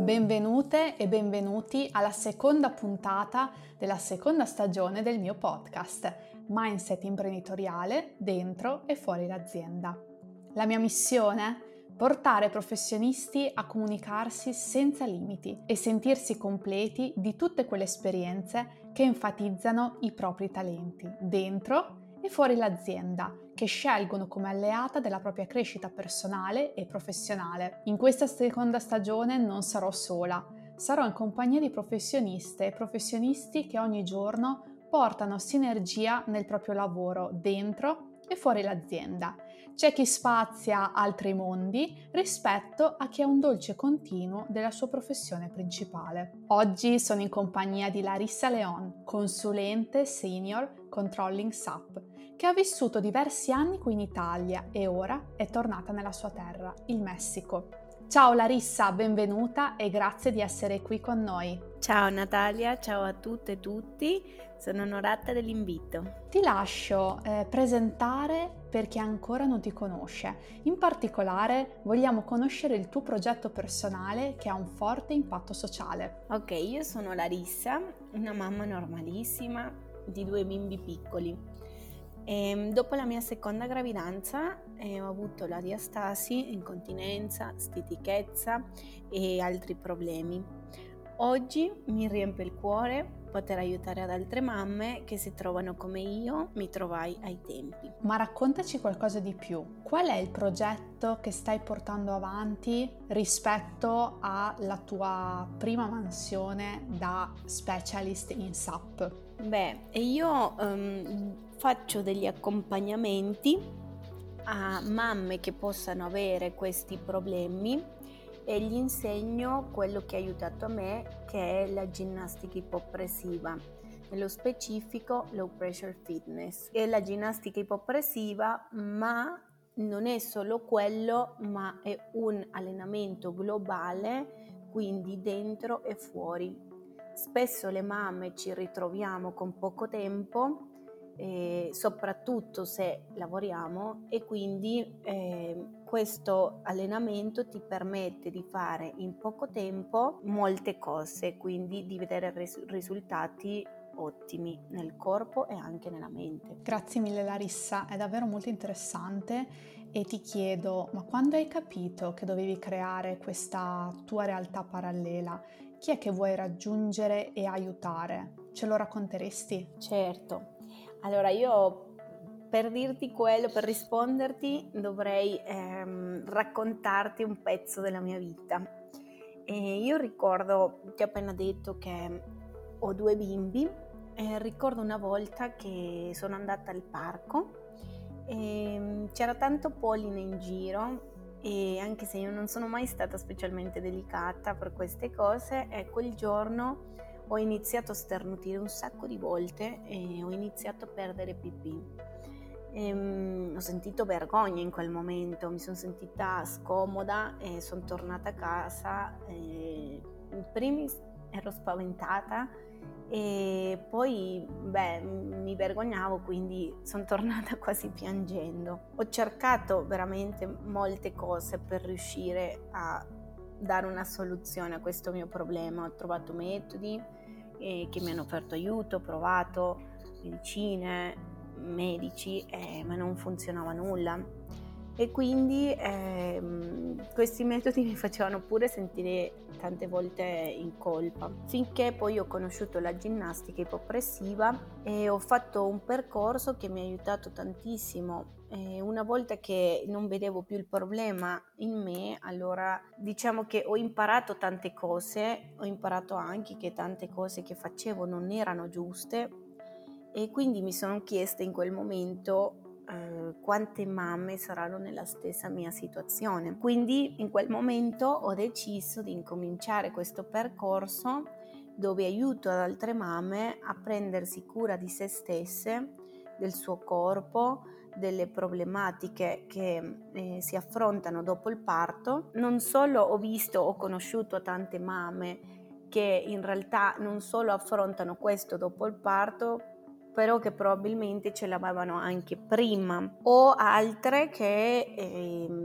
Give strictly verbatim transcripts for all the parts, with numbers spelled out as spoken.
Benvenute e benvenuti alla seconda puntata della seconda stagione del mio podcast Mindset imprenditoriale dentro e fuori l'azienda. La mia missione? Portare professionisti a comunicarsi senza limiti e sentirsi completi di tutte quelle esperienze che enfatizzano i propri talenti dentro e fuori l'azienda, che scelgono come alleata della propria crescita personale e professionale. In questa seconda stagione non sarò sola, sarò in compagnia di professioniste e professionisti che ogni giorno portano sinergia nel proprio lavoro dentro e fuori l'azienda. C'è chi spazia altri mondi rispetto a chi ha un dolce continuo della sua professione principale. Oggi sono in compagnia di Larissa Leon, consulente senior controlling S A P, che ha vissuto diversi anni qui in Italia e ora è tornata nella sua terra, il Messico. Ciao Larissa, benvenuta e grazie di essere qui con noi. Ciao Natalia, ciao a tutte e tutti, sono onorata dell'invito. Ti lascio eh, presentare per chi ancora non ti conosce. In particolare vogliamo conoscere il tuo progetto personale che ha un forte impatto sociale. Ok, io sono Larissa, una mamma normalissima di due bimbi piccoli. E dopo la mia seconda gravidanza eh, ho avuto la diastasi, incontinenza, stitichezza e altri problemi. Oggi mi riempie il cuore poter aiutare ad altre mamme che si trovano come io mi trovai ai tempi. Ma raccontaci qualcosa di più. Qual è il progetto che stai portando avanti rispetto alla tua prima mansione da specialist in S A P? Beh, io um, faccio degli accompagnamenti a mamme che possano avere questi problemi e gli insegno quello che ha aiutato a me, che è la ginnastica ipopressiva, nello specifico low pressure fitness. È la ginnastica ipopressiva, ma non è solo quello, ma è un allenamento globale, quindi dentro e fuori. Spesso le mamme ci ritroviamo con poco tempo, eh, soprattutto se lavoriamo, e quindi eh, questo allenamento ti permette di fare in poco tempo molte cose, quindi di vedere ris- risultati ottimi nel corpo e anche nella mente. Grazie mille Larissa, è davvero molto interessante e ti chiedo, ma quando hai capito che dovevi creare questa tua realtà parallela, chi è che vuoi raggiungere e aiutare? Ce lo racconteresti? Certo. Allora io, per dirti quello, per risponderti, dovrei ehm, raccontarti un pezzo della mia vita. E io ricordo, ti ho appena detto che ho due bimbi, e ricordo una volta che sono andata al parco e c'era tanto polline in giro, e anche se io non sono mai stata specialmente delicata per queste cose, e quel giorno ho iniziato a sternutire un sacco di volte e ho iniziato a perdere pipì. Ehm, ho sentito vergogna in quel momento, mi sono sentita scomoda e sono tornata a casa. E in primis ero spaventata e poi beh, mi vergognavo, quindi sono tornata quasi piangendo. Ho cercato veramente molte cose per riuscire a dare una soluzione a questo mio problema. Ho trovato metodi eh, che mi hanno offerto aiuto, ho provato medicine, medici, eh, ma non funzionava nulla, e quindi eh, questi metodi mi facevano pure sentire tante volte in colpa, finché poi ho conosciuto la ginnastica ipopressiva e ho fatto un percorso che mi ha aiutato tantissimo. E una volta che non vedevo più il problema in me, allora diciamo che ho imparato tante cose, ho imparato anche che tante cose che facevo non erano giuste, e quindi mi sono chiesta in quel momento eh, quante mamme saranno nella stessa mia situazione. Quindi in quel momento ho deciso di incominciare questo percorso dove aiuto ad altre mamme a prendersi cura di se stesse, del suo corpo, delle problematiche che eh, si affrontano dopo il parto. Non solo ho visto, ho conosciuto tante mamme che in realtà non solo affrontano questo dopo il parto, però che probabilmente ce l'avevano anche prima, o altre che eh, non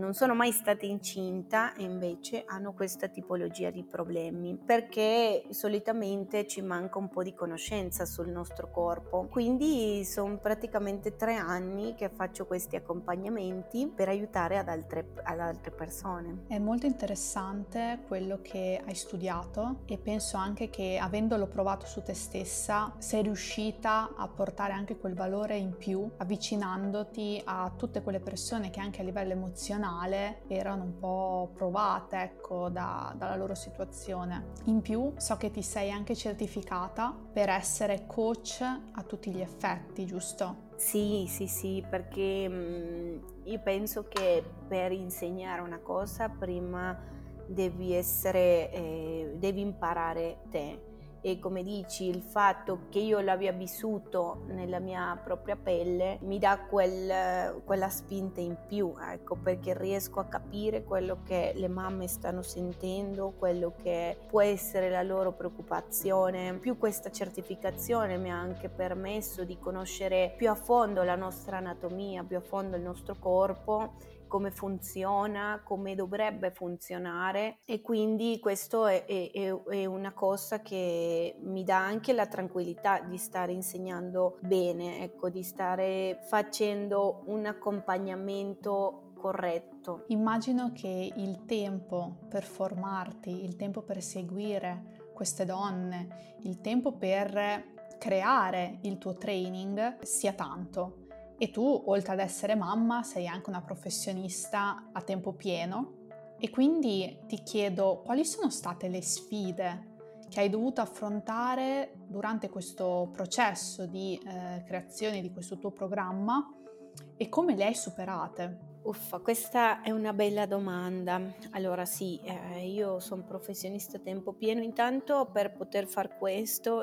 non sono mai state incinta e invece hanno questa tipologia di problemi, perché solitamente ci manca un po' di conoscenza sul nostro corpo. Quindi sono praticamente tre anni che faccio questi accompagnamenti per aiutare ad altre, ad altre persone. È molto interessante quello che hai studiato e penso anche che, avendolo provato su te stessa, sei riuscita a portare anche quel valore in più, avvicinandoti a tutte quelle persone che anche a livello emozionale erano un po' provate, ecco, da, dalla loro situazione. In più so che ti sei anche certificata per essere coach a tutti gli effetti, giusto? Sì, sì, sì, perché mh, io penso che per insegnare una cosa prima devi essere, eh, devi imparare te. E come dici, il fatto che io l'abbia vissuto nella mia propria pelle mi dà quel, quella spinta in più, ecco, perché riesco a capire quello che le mamme stanno sentendo, quello che può essere la loro preoccupazione. Più questa certificazione mi ha anche permesso di conoscere più a fondo la nostra anatomia, più a fondo il nostro corpo, come funziona, come dovrebbe funzionare, e quindi questo è, è, è una cosa che mi dà anche la tranquillità di stare insegnando bene, ecco, di stare facendo un accompagnamento corretto. Immagino che il tempo per formarti, il tempo per seguire queste donne, il tempo per creare il tuo training sia tanto. E tu, oltre ad essere mamma, sei anche una professionista a tempo pieno, e quindi ti chiedo quali sono state le sfide che hai dovuto affrontare durante questo processo di eh, creazione di questo tuo programma e come le hai superate. Uffa, questa è una bella domanda. Allora sì, eh, io sono professionista a tempo pieno intanto per poter far questo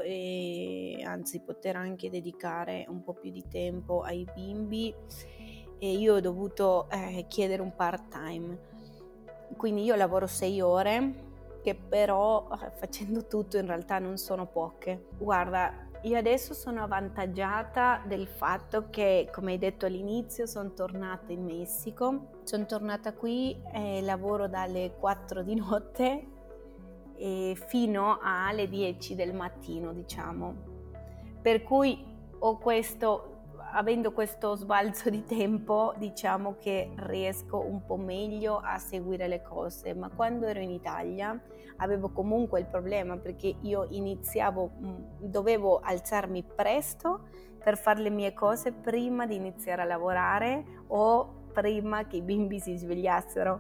e anzi poter anche dedicare un po' più di tempo ai bimbi, e io ho dovuto eh, chiedere un part-time. Quindi io lavoro sei ore, che però eh, facendo tutto in realtà non sono poche. Guarda, io adesso sono avvantaggiata del fatto che, come hai detto all'inizio, sono tornata in Messico. Sono tornata qui e lavoro dalle quattro di notte e fino alle dieci del mattino, diciamo. Per cui ho questo, avendo questo sbalzo di tempo, diciamo che riesco un po' meglio a seguire le cose. Ma quando ero in Italia avevo comunque il problema, perché io iniziavo, dovevo alzarmi presto per fare le mie cose prima di iniziare a lavorare o prima che i bimbi si svegliassero.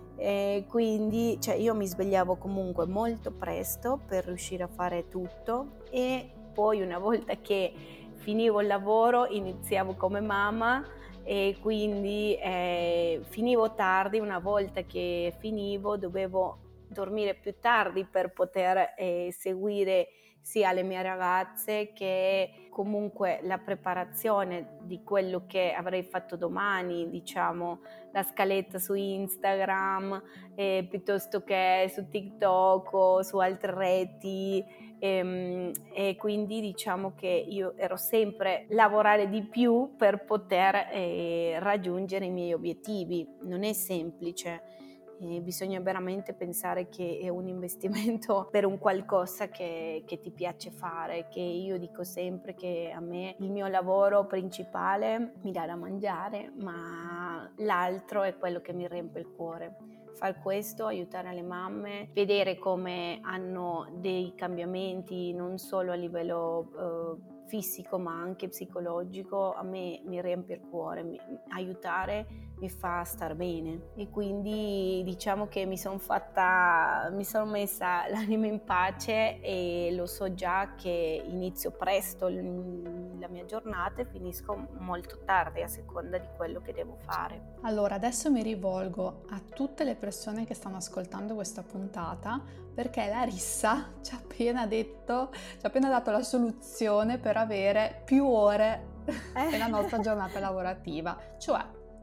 E quindi cioè, io mi svegliavo comunque molto presto per riuscire a fare tutto, e poi una volta che finivo il lavoro iniziavo come mamma e quindi eh, finivo tardi. Una volta che finivo dovevo dormire più tardi per poter eh, seguire sia le mie ragazze che comunque la preparazione di quello che avrei fatto domani, diciamo la scaletta su Instagram eh, piuttosto che su TikTok o su altre reti. E, e quindi diciamo che io ero sempre a lavorare di più per poter eh, raggiungere i miei obiettivi. Non è semplice, eh, bisogna veramente pensare che è un investimento per un qualcosa che, che ti piace fare, che io dico sempre che a me il mio lavoro principale mi dà da mangiare, ma l'altro è quello che mi riempie il cuore. Far questo, aiutare le mamme, vedere come hanno dei cambiamenti non solo a livello eh, fisico ma anche psicologico, a me mi riempie il cuore. Mi, aiutare mi fa star bene, e quindi diciamo che mi sono fatta, mi sono messa l'anima in pace e lo so già che inizio presto la mia giornata e finisco molto tardi a seconda di quello che devo fare. Allora, adesso mi rivolgo a tutte le persone che stanno ascoltando questa puntata, perché Larissa ci ha appena detto, ci ha appena dato la soluzione per avere più ore eh. nella nostra giornata lavorativa. Cioè,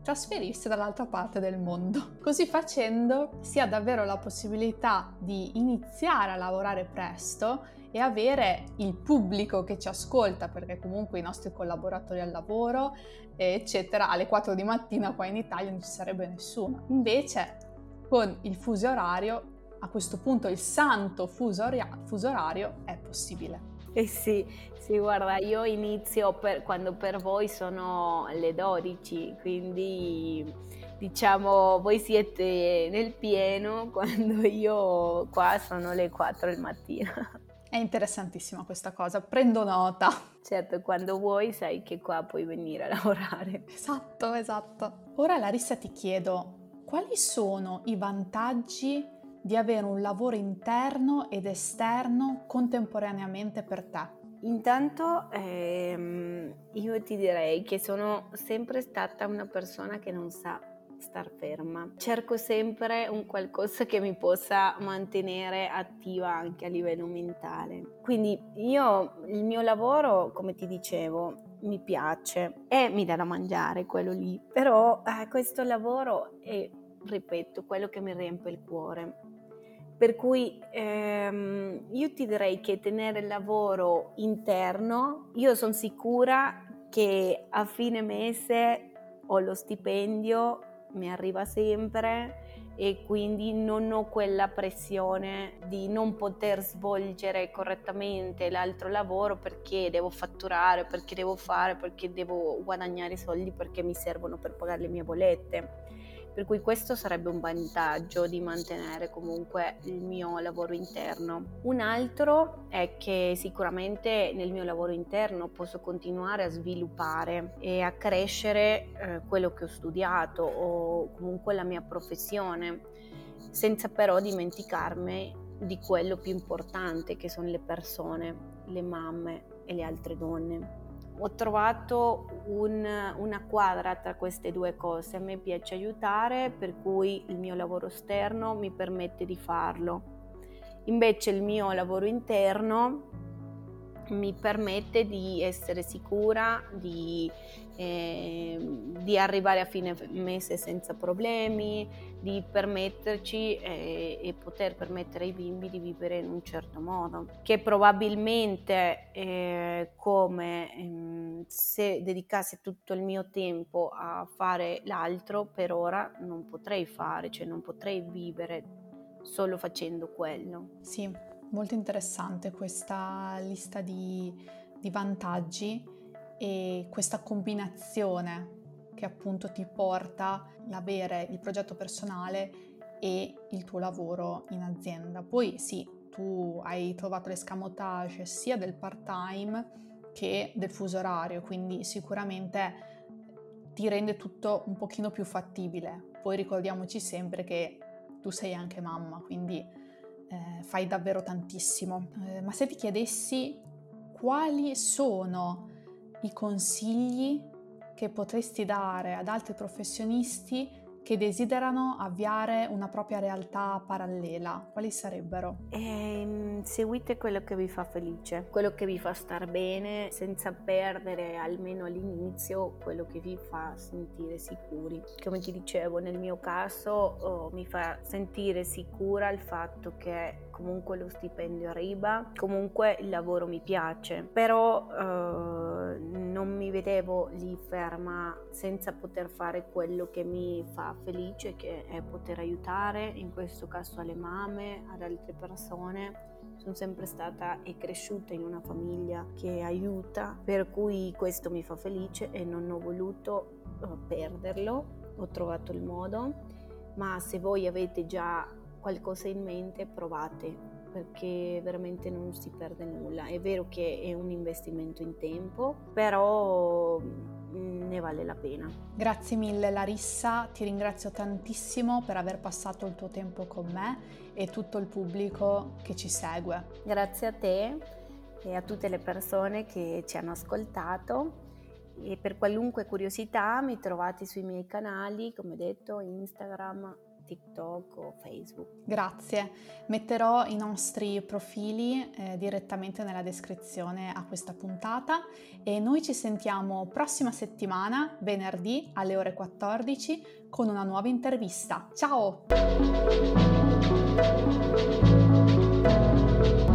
trasferirsi dall'altra parte del mondo. Così facendo si ha davvero la possibilità di iniziare a lavorare presto e avere il pubblico che ci ascolta, perché comunque i nostri collaboratori al lavoro, eccetera, alle quattro di mattina qua in Italia non ci sarebbe nessuno. Invece con il fuso orario, a questo punto il santo fuso, oria- fuso orario è possibile. Eh sì, sì, guarda, io inizio per, quando per voi sono le dodici, quindi diciamo voi siete nel pieno quando io qua sono le quattro del mattino. È interessantissima questa cosa, prendo nota. Certo, quando vuoi sai che qua puoi venire a lavorare. Esatto, esatto. Ora Larissa ti chiedo, quali sono i vantaggi di avere un lavoro interno ed esterno contemporaneamente per te? Intanto ehm, io ti direi che sono sempre stata una persona che non sa star ferma. Cerco sempre un qualcosa che mi possa mantenere attiva anche a livello mentale. Quindi io, il mio lavoro, come ti dicevo, mi piace e mi dà da mangiare quello lì, però eh, questo lavoro è, ripeto, quello che mi riempie il cuore. Per cui ehm, io ti direi che tenere il lavoro interno, io sono sicura che a fine mese ho lo stipendio, mi arriva sempre e quindi non ho quella pressione di non poter svolgere correttamente l'altro lavoro perché devo fatturare, perché devo fare, perché devo guadagnare soldi, perché mi servono per pagare le mie bollette. Per cui questo sarebbe un vantaggio di mantenere comunque il mio lavoro interno. Un altro è che sicuramente nel mio lavoro interno posso continuare a sviluppare e a crescere eh, quello che ho studiato o comunque la mia professione, senza però dimenticarmi di quello più importante che sono le persone, le mamme e le altre donne. Ho trovato un, una quadra tra queste due cose, a me piace aiutare, per cui il mio lavoro esterno mi permette di farlo. Invece il mio lavoro interno mi permette di essere sicura, di, eh, di arrivare a fine mese senza problemi, di permetterci eh, e poter permettere ai bimbi di vivere in un certo modo, che probabilmente eh, come eh, se dedicassi tutto il mio tempo a fare l'altro per ora non potrei fare, cioè non potrei vivere solo facendo quello. Sì. Molto interessante questa lista di, di vantaggi e questa combinazione che appunto ti porta ad avere il progetto personale e il tuo lavoro in azienda. Poi sì, tu hai trovato l'escamotage sia del part-time che del fuso orario, quindi sicuramente ti rende tutto un pochino più fattibile. Poi ricordiamoci sempre che tu sei anche mamma, quindi Eh, fai davvero tantissimo. Eh, ma se ti chiedessi quali sono i consigli che potresti dare ad altri professionisti che desiderano avviare una propria realtà parallela, quali sarebbero? E, seguite quello che vi fa felice, quello che vi fa star bene, senza perdere almeno all'inizio quello che vi fa sentire sicuri. Come ti dicevo, nel mio caso oh, mi fa sentire sicura il fatto che comunque lo stipendio arriva, comunque il lavoro mi piace, però eh, non mi vedevo lì ferma senza poter fare quello che mi fa felice, che è poter aiutare, in questo caso alle mamme, ad altre persone. Sono sempre stata e cresciuta in una famiglia che aiuta, per cui questo mi fa felice e non ho voluto uh, perderlo, ho trovato il modo. Ma se voi avete già qualcosa in mente, provate, perché veramente non si perde nulla. È vero che è un investimento in tempo, però ne vale la pena. Grazie mille Larissa, ti ringrazio tantissimo per aver passato il tuo tempo con me e tutto il pubblico che ci segue. Grazie a te e a tutte le persone che ci hanno ascoltato, e per qualunque curiosità mi trovate sui miei canali, come detto, Instagram TikTok o Facebook. Grazie, metterò i nostri profili eh, direttamente nella descrizione a questa puntata e noi ci sentiamo prossima settimana, venerdì alle ore quattordici, con una nuova intervista. Ciao!